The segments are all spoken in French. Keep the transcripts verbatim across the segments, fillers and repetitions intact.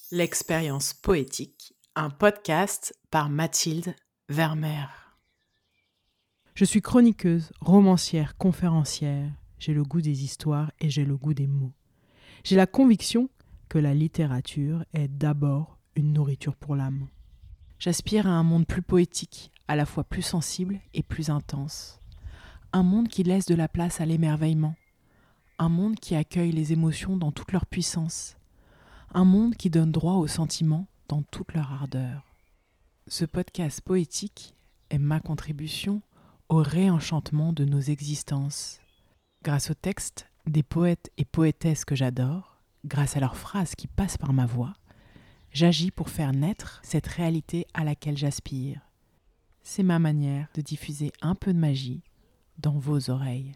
L'expérience poétique, un podcast par Mathilde Vermeer. Je suis chroniqueuse, romancière, conférencière. J'ai le goût des histoires et j'ai le goût des mots. J'ai la conviction que la littérature est d'abord une nourriture pour l'âme. J'aspire à un monde plus poétique, à la fois plus sensible et plus intense. Un monde qui laisse de la place à l'émerveillement. Un monde qui accueille les émotions dans toute leur puissance. Un monde qui donne droit aux sentiments dans toute leur ardeur. Ce podcast poétique est ma contribution au réenchantement de nos existences. Grâce aux textes des poètes et poétesses que j'adore, grâce à leurs phrases qui passent par ma voix, j'agis pour faire naître cette réalité à laquelle j'aspire. C'est ma manière de diffuser un peu de magie dans vos oreilles.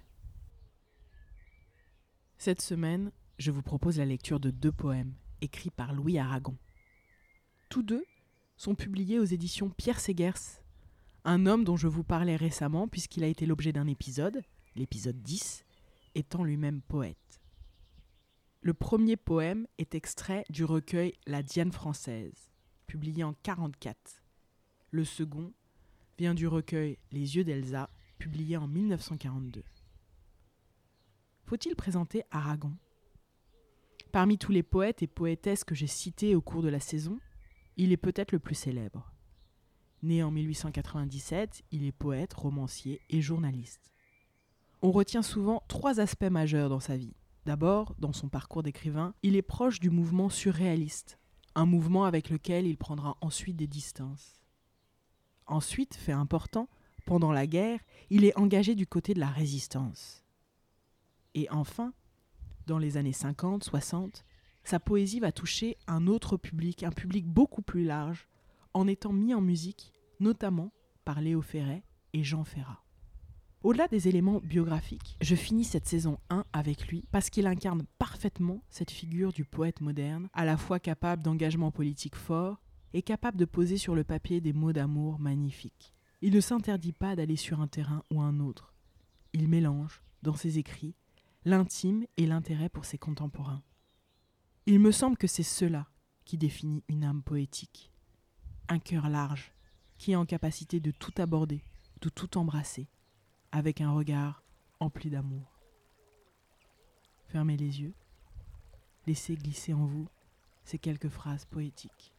Cette semaine, je vous propose la lecture de deux poèmes écrits par Louis Aragon. Tous deux sont publiés aux éditions Pierre Segers, un homme dont je vous parlais récemment puisqu'il a été l'objet d'un épisode, l'épisode dix, étant lui-même poète. Le premier poème est extrait du recueil La Diane française, publié en quarante-quatre. Le second vient du recueil Les yeux d'Elsa, publié en dix-neuf cent quarante-deux. Faut-il présenter Aragon ? Parmi tous les poètes et poétesses que j'ai cités au cours de la saison, il est peut-être le plus célèbre. Né en dix-huit cent quatre-vingt-dix-sept, il est poète, romancier et journaliste. On retient souvent trois aspects majeurs dans sa vie. D'abord, dans son parcours d'écrivain, il est proche du mouvement surréaliste, un mouvement avec lequel il prendra ensuite des distances. Ensuite, fait important, pendant la guerre, il est engagé du côté de la résistance. Et enfin, dans les années cinquante soixante, sa poésie va toucher un autre public, un public beaucoup plus large, en étant mis en musique, notamment par Léo Ferré et Jean Ferrat. Au-delà des éléments biographiques, je finis cette saison un avec lui parce qu'il incarne parfaitement cette figure du poète moderne, à la fois capable d'engagement politique fort et capable de poser sur le papier des mots d'amour magnifiques. Il ne s'interdit pas d'aller sur un terrain ou un autre. Il mélange, dans ses écrits, l'intime et l'intérêt pour ses contemporains. Il me semble que c'est cela qui définit une âme poétique. Un cœur large, qui est en capacité de tout aborder, de tout embrasser, avec un regard empli d'amour. Fermez les yeux, laissez glisser en vous ces quelques phrases poétiques.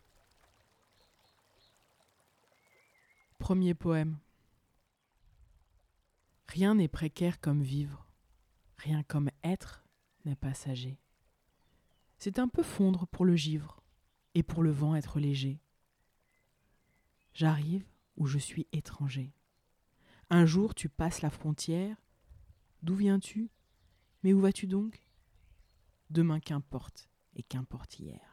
Premier poème. Rien n'est précaire comme vivre, rien comme être n'est passager. C'est un peu fondre pour le givre, et pour le vent être léger. J'arrive où je suis étranger. Un jour tu passes la frontière. D'où viens-tu ? Mais où vas-tu donc ? Demain qu'importe, et qu'importe hier.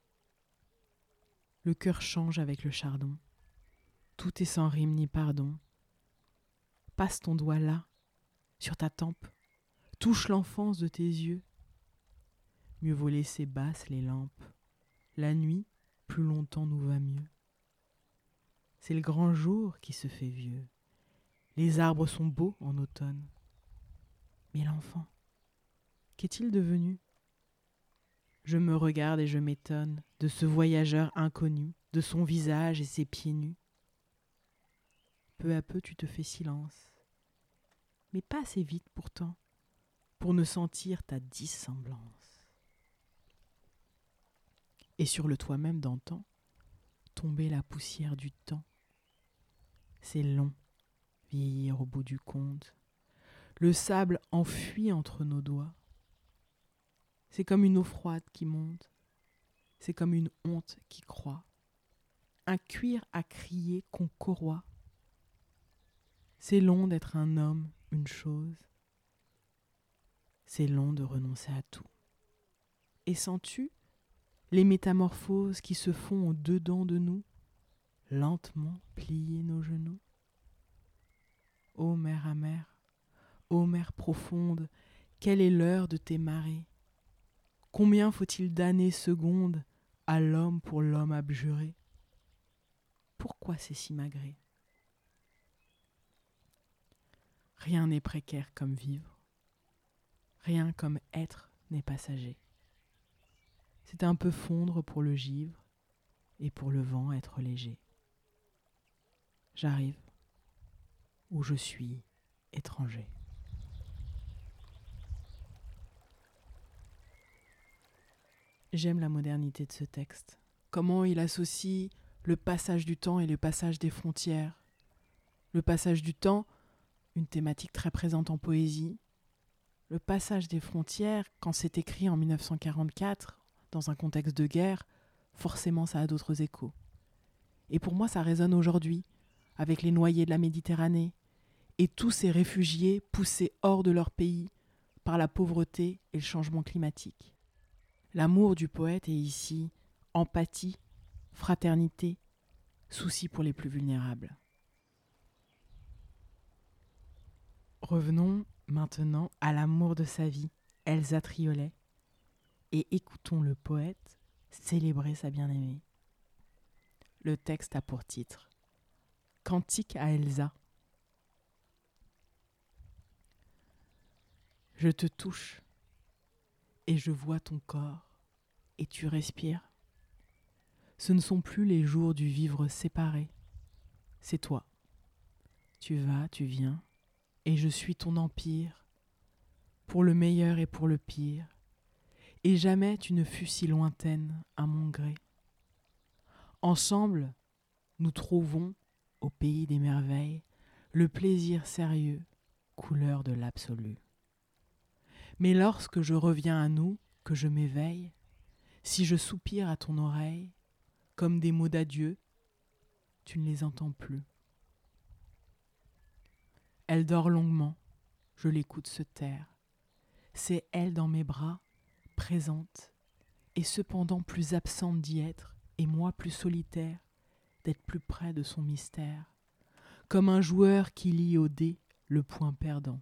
Le cœur change avec le chardon. Tout est sans rime ni pardon. Passe ton doigt là, sur ta tempe. Touche l'enfance de tes yeux. Mieux vaut laisser basses les lampes. La nuit, plus longtemps nous va mieux. C'est le grand jour qui se fait vieux. Les arbres sont beaux en automne. Mais l'enfant, qu'est-il devenu ? Je me regarde et je m'étonne de ce voyageur inconnu, de son visage et ses pieds nus. Peu à peu tu te fais silence, mais pas assez vite pourtant, pour ne sentir ta dissemblance. Et sur le toit même d'antan, tomber la poussière du temps. C'est long, vieillir au bout du compte. Le sable enfuit entre nos doigts. C'est comme une eau froide qui monte. C'est comme une honte qui croît. Un cuir à crier qu'on corroie. C'est long d'être un homme, une chose. C'est long de renoncer à tout. Et sens-tu les métamorphoses qui se font au-dedans de nous, lentement plier nos genoux ? Ô mer amère, ô mer profonde, quelle est l'heure de tes marées ? Combien faut-il d'années secondes à l'homme pour l'homme abjuré ? Pourquoi c'est si magré ? Rien n'est précaire comme vivre, rien comme être n'est passager. C'est un peu fondre pour le givre et pour le vent être léger. J'arrive où je suis étranger. J'aime la modernité de ce texte. Comment il associe le passage du temps et le passage des frontières. Le passage du temps, une thématique très présente en poésie. Le passage des frontières, quand c'est écrit en dix-neuf cent quarante-quatre, dans un contexte de guerre, forcément ça a d'autres échos. Et pour moi, ça résonne aujourd'hui, avec les noyés de la Méditerranée, et tous ces réfugiés poussés hors de leur pays par la pauvreté et le changement climatique. L'amour du poète est ici empathie, fraternité, souci pour les plus vulnérables. Revenons maintenant à l'amour de sa vie, Elsa Triolet, et écoutons le poète célébrer sa bien-aimée. Le texte a pour titre « Cantique à Elsa ». Je te touche et je vois ton corps et tu respires. Ce ne sont plus les jours du vivre séparé, c'est toi. Tu vas, tu viens, et je suis ton empire, pour le meilleur et pour le pire, et jamais tu ne fus si lointaine à mon gré. Ensemble, nous trouvons, au pays des merveilles, le plaisir sérieux, couleur de l'absolu. Mais lorsque je reviens à nous, que je m'éveille, si je soupire à ton oreille, comme des mots d'adieu, tu ne les entends plus. Elle dort longuement, je l'écoute se taire. C'est elle dans mes bras, présente, et cependant plus absente d'y être, et moi plus solitaire, d'être plus près de son mystère, comme un joueur qui lie au dé le point perdant.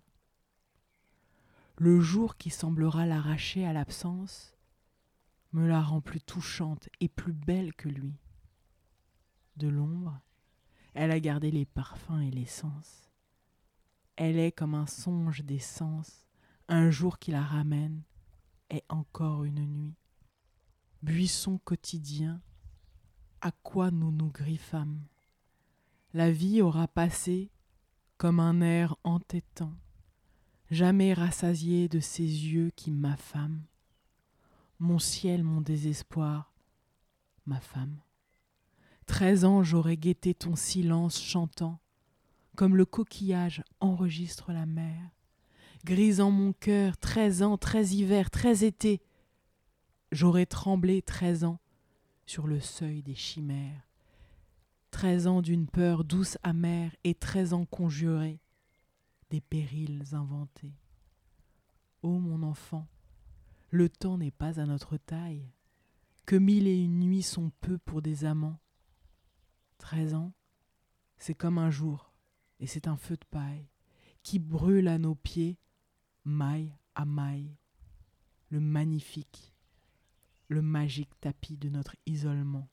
Le jour qui semblera l'arracher à l'absence me la rend plus touchante et plus belle que lui. De l'ombre, elle a gardé les parfums et les sens. Elle est comme un songe des sens, un jour qui la ramène est encore une nuit. Buisson quotidien, à quoi nous nous griffâmes. La vie aura passé comme un air entêtant, jamais rassasié de ces yeux qui m'affament. Mon ciel, mon désespoir, ma femme. Treize ans j'aurais guetté ton silence chantant, comme le coquillage enregistre la mer. Grisant mon cœur, treize ans, treize hivers, treize étés. J'aurais tremblé treize ans sur le seuil des chimères. Treize ans d'une peur douce amère et treize ans conjurés des périls inventés. Ô mon enfant, le temps n'est pas à notre taille, que mille et une nuits sont peu pour des amants. Treize ans, c'est comme un jour, et c'est un feu de paille qui brûle à nos pieds, maille à maille, le magnifique, le magique tapis de notre isolement.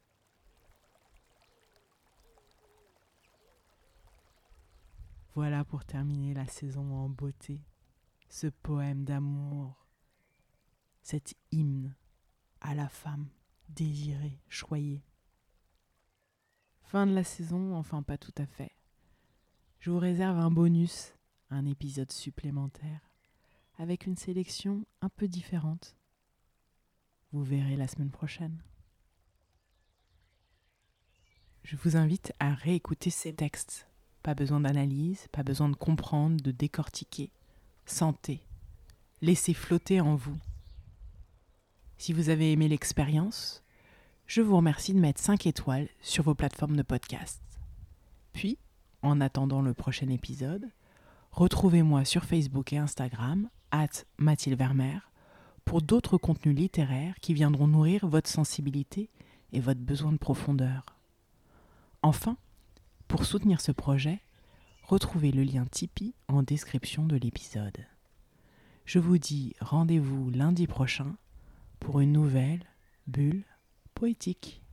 Voilà pour terminer la saison en beauté, ce poème d'amour, cet hymne à la femme désirée, choyée. Fin de la saison, enfin pas tout à fait. Je vous réserve un bonus, un épisode supplémentaire, avec une sélection un peu différente. Vous verrez la semaine prochaine. Je vous invite à réécouter ces textes. Pas besoin d'analyse, pas besoin de comprendre, de décortiquer. Sentez, laissez flotter en vous. Si vous avez aimé l'expérience, je vous remercie de mettre cinq étoiles sur vos plateformes de podcast. Puis, en attendant le prochain épisode, retrouvez-moi sur Facebook et Instagram, arobase Mathilde Vermeer, pour d'autres contenus littéraires qui viendront nourrir votre sensibilité et votre besoin de profondeur. Enfin, pour soutenir ce projet, retrouvez le lien Tipeee en description de l'épisode. Je vous dis rendez-vous lundi prochain pour une nouvelle bulle poétique.